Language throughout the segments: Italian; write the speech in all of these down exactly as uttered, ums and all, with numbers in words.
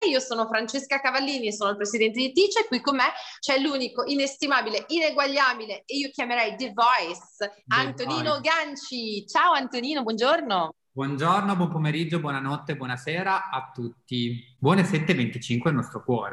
io sono Francesca Cavallini e sono il presidente di Teach, e qui con me c'è l'unico, inestimabile, ineguagliabile, e io chiamerei The Voice, Antonino Voice. Ganci. Ciao Antonino, buongiorno. Buongiorno, buon pomeriggio, buonanotte, buonasera a tutti. Buone sette e venticinque al nostro cuore.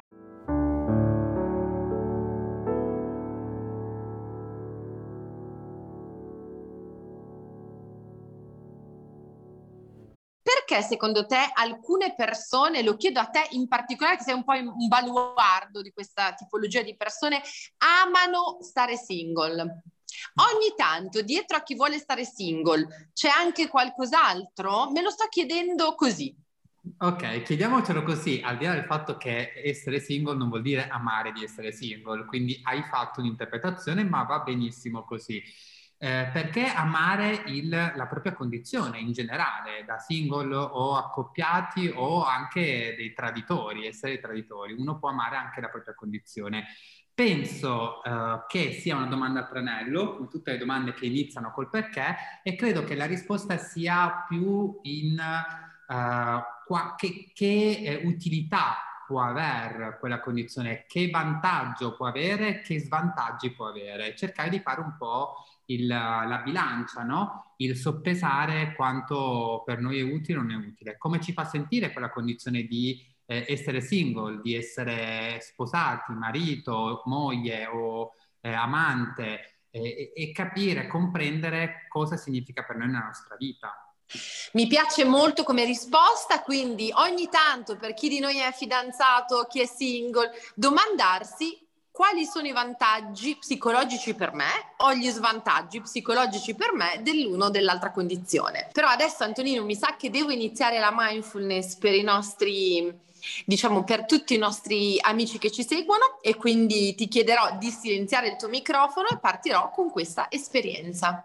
Perché secondo te alcune persone, lo chiedo a te in particolare che sei un po' un baluardo di questa tipologia di persone, amano stare single? Ogni tanto dietro a chi vuole stare single c'è anche qualcos'altro? Me lo sto chiedendo così. Ok, chiediamocelo così, al di là del fatto che essere single non vuol dire amare di essere single, quindi hai fatto un'interpretazione, ma va benissimo così. Eh, perché amare il, la propria condizione in generale, da single o accoppiati o anche dei traditori, essere traditori, uno può amare anche la propria condizione. Penso eh, che sia una domanda a tranello, come tutte le domande che iniziano col perché, e credo che la risposta sia più in uh, qua, che, che eh, utilità può avere quella condizione, che vantaggio può avere, che svantaggi può avere. Cercare di fare un po' il, la bilancia, no? Il soppesare quanto per noi è utile o non è utile. Come ci fa sentire quella condizione di eh, essere single, di essere sposati, marito, moglie o eh, amante, eh, e capire, comprendere cosa significa per noi nella nostra vita. Mi piace molto come risposta, quindi ogni tanto per chi di noi è fidanzato, chi è single, domandarsi quali sono i vantaggi psicologici per me o gli svantaggi psicologici per me dell'uno o dell'altra condizione. Però adesso, Antonino, mi sa che devo iniziare la mindfulness per i nostri, diciamo, per tutti i nostri amici che ci seguono, e quindi ti chiederò di silenziare il tuo microfono e partirò con questa esperienza.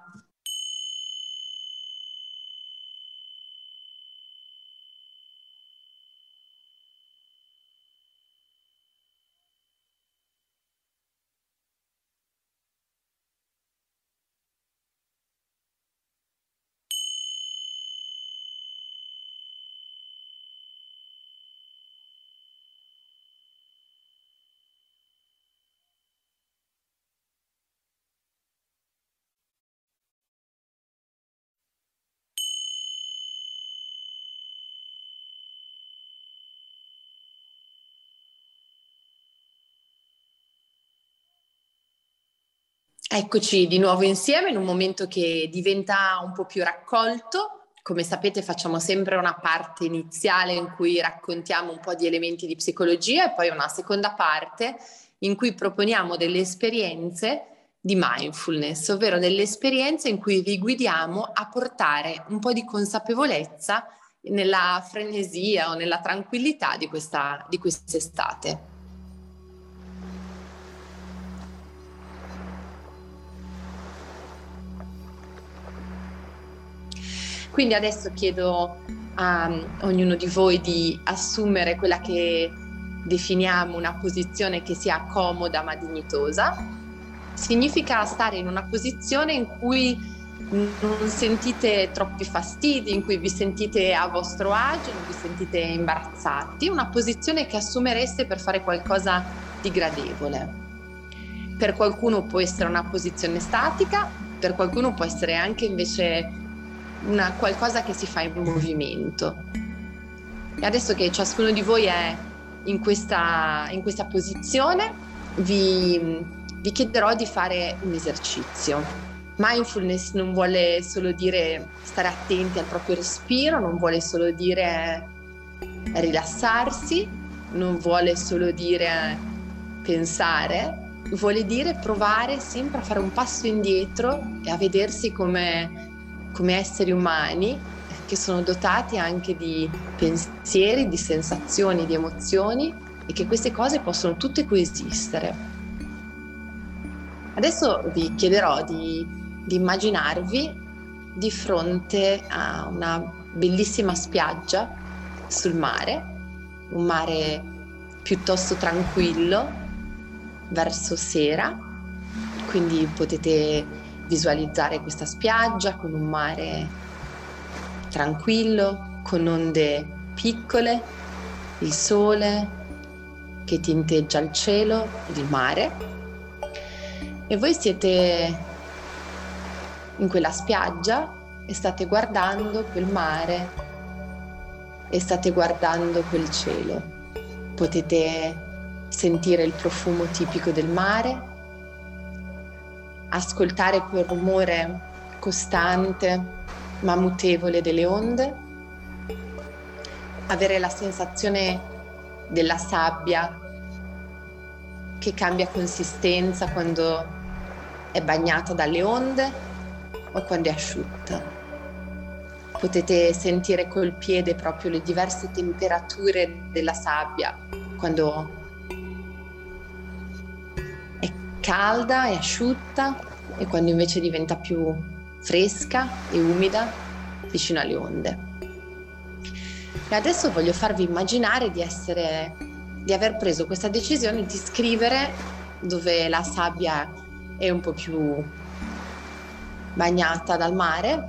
Eccoci di nuovo insieme in un momento che diventa un po' più raccolto. Come sapete, facciamo sempre una parte iniziale in cui raccontiamo un po' di elementi di psicologia e poi una seconda parte in cui proponiamo delle esperienze di mindfulness, ovvero delle esperienze in cui vi guidiamo a portare un po' di consapevolezza nella frenesia o nella tranquillità di questa, di quest'estate. Quindi adesso chiedo a ognuno di voi di assumere quella che definiamo una posizione che sia comoda ma dignitosa. Significa stare in una posizione in cui non sentite troppi fastidi, in cui vi sentite a vostro agio, non vi sentite imbarazzati, una posizione che assumereste per fare qualcosa di gradevole. Per qualcuno può essere una posizione statica, per qualcuno può essere anche invece una qualcosa che si fa in movimento. E adesso che ciascuno di voi è in questa, in questa posizione, vi, vi chiederò di fare un esercizio. Mindfulness non vuole solo dire stare attenti al proprio respiro, non vuole solo dire rilassarsi, non vuole solo dire pensare, vuole dire provare sempre a fare un passo indietro e a vedersi come come esseri umani che sono dotati anche di pensieri, di sensazioni, di emozioni, e che queste cose possono tutte coesistere. Adesso vi chiederò di, di immaginarvi di fronte a una bellissima spiaggia sul mare, un mare piuttosto tranquillo, verso sera, quindi potete visualizzare questa spiaggia con un mare tranquillo, con onde piccole, il sole che tinteggia il cielo, il mare, e voi siete in quella spiaggia e state guardando quel mare e state guardando quel cielo. Potete sentire il profumo tipico del mare, ascoltare quel rumore costante ma mutevole delle onde, avere la sensazione della sabbia che cambia consistenza quando è bagnata dalle onde o quando è asciutta. Potete sentire col piede proprio le diverse temperature della sabbia, quando è calda e asciutta e quando invece diventa più fresca e umida vicino alle onde. E adesso voglio farvi immaginare di essere, di aver preso questa decisione di scrivere dove la sabbia è un po' più bagnata dal mare,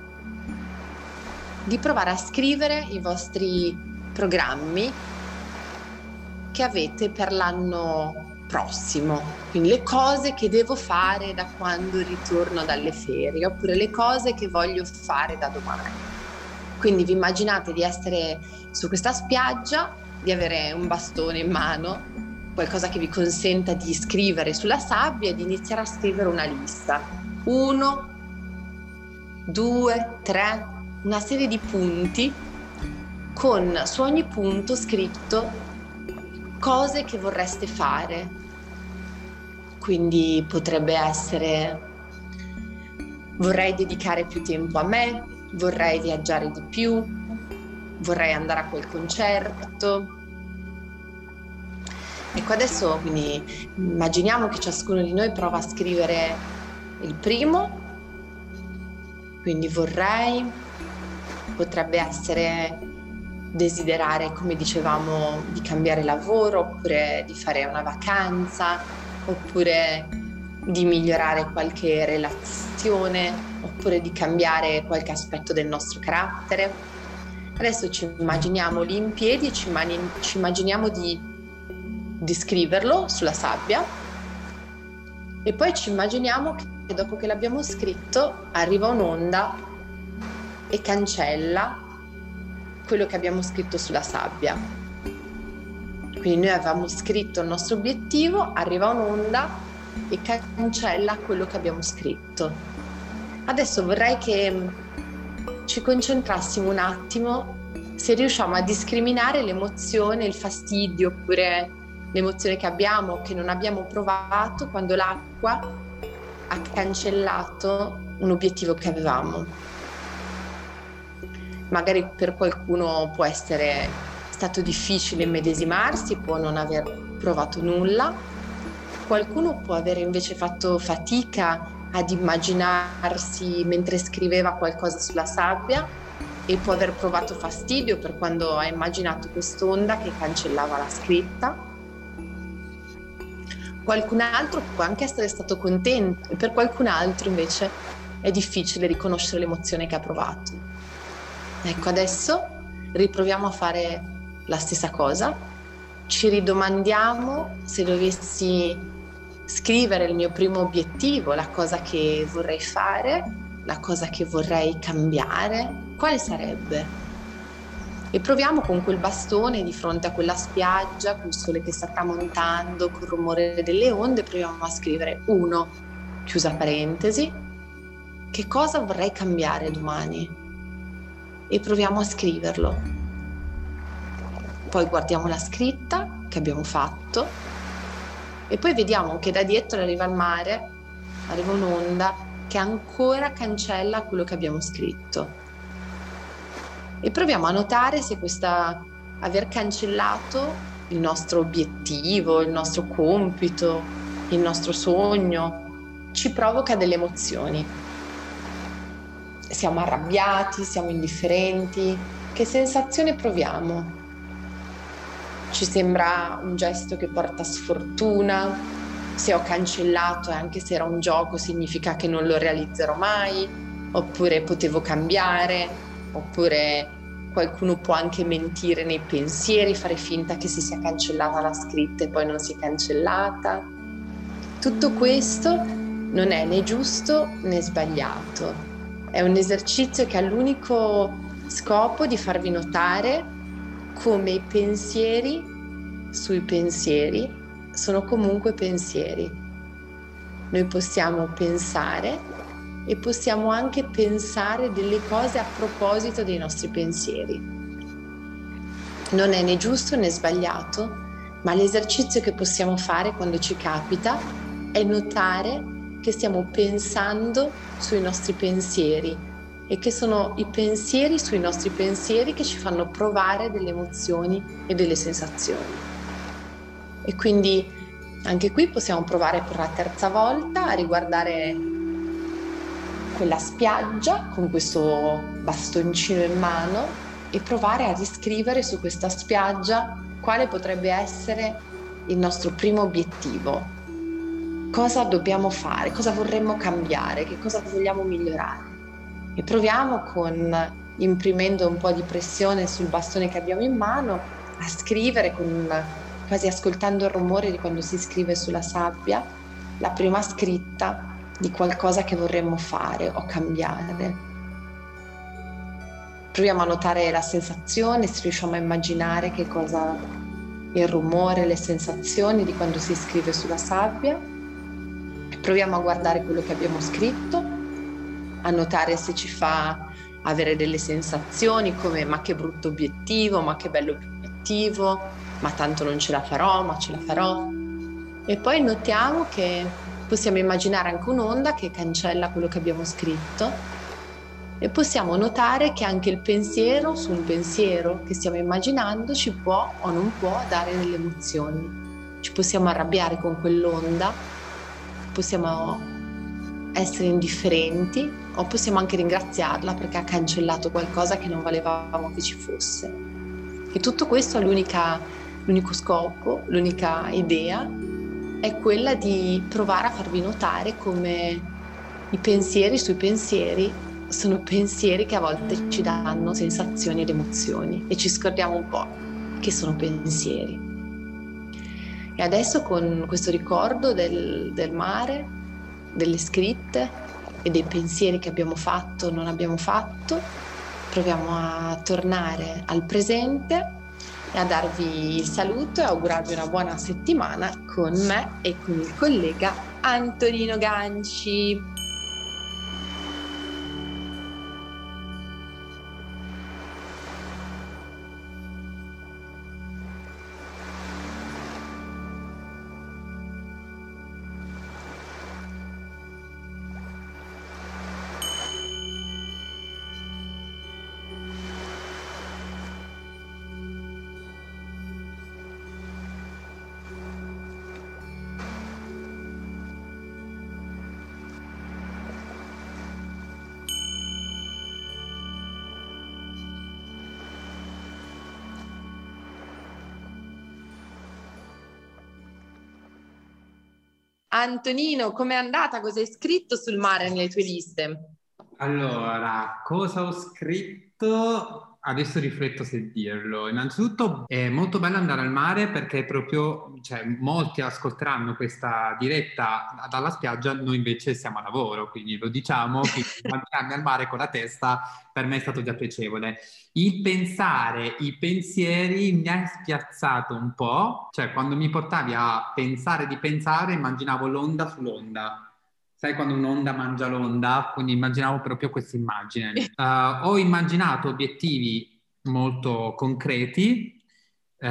di provare a scrivere i vostri programmi che avete per l'anno prossimo, quindi le cose che devo fare da quando ritorno dalle ferie, oppure le cose che voglio fare da domani. Quindi vi immaginate di essere su questa spiaggia, di avere un bastone in mano, qualcosa che vi consenta di scrivere sulla sabbia e di iniziare a scrivere una lista. Uno, due, tre, una serie di punti con su ogni punto scritto cose che vorreste fare. Quindi potrebbe essere: vorrei dedicare più tempo a me, vorrei viaggiare di più, vorrei andare a quel concerto. Ecco, adesso quindi immaginiamo che ciascuno di noi prova a scrivere il primo, quindi vorrei, potrebbe essere desiderare, come dicevamo, di cambiare lavoro, oppure di fare una vacanza, oppure di migliorare qualche relazione, oppure di cambiare qualche aspetto del nostro carattere. Adesso ci immaginiamo lì in piedi e ci, mani- ci immaginiamo di, di scriverlo sulla sabbia, e poi ci immaginiamo che dopo che l'abbiamo scritto arriva un'onda e cancella quello che abbiamo scritto sulla sabbia. Quindi noi avevamo scritto il nostro obiettivo, arriva un'onda e cancella quello che abbiamo scritto. Adesso vorrei che ci concentrassimo un attimo se riusciamo a discriminare l'emozione, il fastidio, oppure l'emozione che abbiamo o che non abbiamo provato quando l'acqua ha cancellato un obiettivo che avevamo. Magari per qualcuno può essere stato difficile immedesimarsi, può non aver provato nulla. Qualcuno può aver invece fatto fatica ad immaginarsi mentre scriveva qualcosa sulla sabbia e può aver provato fastidio per quando ha immaginato quest'onda che cancellava la scritta. Qualcun altro può anche essere stato contento e per qualcun altro invece è difficile riconoscere l'emozione che ha provato. Ecco, adesso riproviamo a fare la stessa cosa. Ci ridomandiamo: se dovessi scrivere il mio primo obiettivo, la cosa che vorrei fare, la cosa che vorrei cambiare, quale sarebbe? E proviamo con quel bastone di fronte a quella spiaggia, col sole che sta tramontando, col rumore delle onde, proviamo a scrivere: uno, chiusa parentesi, che cosa vorrei cambiare domani? E proviamo a scriverlo. Poi guardiamo la scritta che abbiamo fatto e poi vediamo che da dietro arriva il mare, arriva un'onda che ancora cancella quello che abbiamo scritto. E proviamo a notare se questa aver cancellato il nostro obiettivo, il nostro compito, il nostro sogno ci provoca delle emozioni. Siamo arrabbiati, siamo indifferenti, che sensazione proviamo? Ci sembra un gesto che porta sfortuna? Se ho cancellato, anche se era un gioco, significa che non lo realizzerò mai? Oppure potevo cambiare? Oppure qualcuno può anche mentire nei pensieri, fare finta che si sia cancellata la scritta e poi non si è cancellata. Tutto questo non è né giusto né sbagliato. È un esercizio che ha l'unico scopo di farvi notare come i pensieri sui pensieri sono comunque pensieri. Noi possiamo pensare e possiamo anche pensare delle cose a proposito dei nostri pensieri. Non è né giusto né sbagliato, ma l'esercizio che possiamo fare quando ci capita è notare che stiamo pensando sui nostri pensieri e che sono i pensieri sui nostri pensieri che ci fanno provare delle emozioni e delle sensazioni. E quindi anche qui possiamo provare per la terza volta a riguardare quella spiaggia con questo bastoncino in mano e provare a riscrivere su questa spiaggia quale potrebbe essere il nostro primo obiettivo. Cosa dobbiamo fare? Cosa vorremmo cambiare? Che cosa vogliamo migliorare? E proviamo con, imprimendo un po' di pressione sul bastone che abbiamo in mano, a scrivere con, quasi ascoltando il rumore di quando si scrive sulla sabbia, la prima scritta di qualcosa che vorremmo fare o cambiare. Proviamo a notare la sensazione, se riusciamo a immaginare che cosa il rumore, le sensazioni di quando si scrive sulla sabbia. Proviamo a guardare quello che abbiamo scritto, a notare se ci fa avere delle sensazioni come ma che brutto obiettivo, ma che bello obiettivo, ma tanto non ce la farò, ma ce la farò. E poi notiamo che possiamo immaginare anche un'onda che cancella quello che abbiamo scritto e possiamo notare che anche il pensiero su un pensiero che stiamo immaginando ci può o non può dare delle emozioni. Ci possiamo arrabbiare con quell'onda, possiamo essere indifferenti o possiamo anche ringraziarla perché ha cancellato qualcosa che non volevamo che ci fosse. E tutto questo ha l'unica, l'unico scopo, l'unica idea è quella di provare a farvi notare come i pensieri sui pensieri sono pensieri che a volte ci danno sensazioni ed emozioni e ci scordiamo un po' che sono pensieri. E adesso con questo ricordo del, del mare, delle scritte e dei pensieri che abbiamo fatto o non abbiamo fatto, proviamo a tornare al presente e a darvi il saluto e augurarvi una buona settimana con me e con il collega Antonino Ganci. Antonino, com'è andata? Cosa hai scritto sul mare nelle tue liste? Allora, cosa ho scritto? Adesso rifletto se dirlo. Innanzitutto è molto bello andare al mare perché proprio, cioè, molti ascolteranno questa diretta dalla spiaggia, noi invece siamo a lavoro, quindi lo diciamo, quindi mangiarmi al mare con la testa per me è stato già piacevole. Il pensare, i pensieri mi ha spiazzato un po', cioè quando mi portavi a pensare di pensare immaginavo l'onda sull'onda. Sai quando un'onda mangia l'onda? Quindi immaginavo proprio questa immagine. Uh, ho immaginato obiettivi molto concreti uh,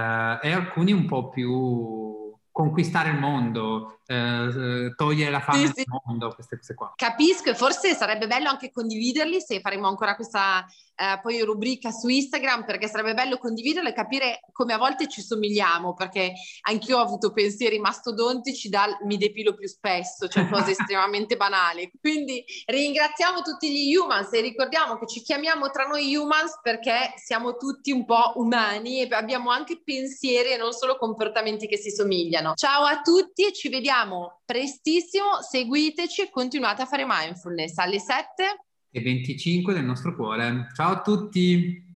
e alcuni un po' più conquistare il mondo, uh, togliere la fame Sì, sì. dal mondo, queste cose qua. Capisco e forse sarebbe bello anche condividerli se faremo ancora questa eh, poi rubrica su Instagram, perché sarebbe bello condividerlo e capire come a volte ci somigliamo, perché anch'io ho avuto pensieri mastodontici dal mi depilo più spesso, cioè cose estremamente banali. Quindi ringraziamo tutti gli humans e ricordiamo che ci chiamiamo tra noi humans perché siamo tutti un po' umani e abbiamo anche pensieri e non solo comportamenti che si somigliano. Ciao a tutti e ci vediamo prestissimo, seguiteci e continuate a fare mindfulness alle sette e venticinque del nostro cuore. Ciao a tutti!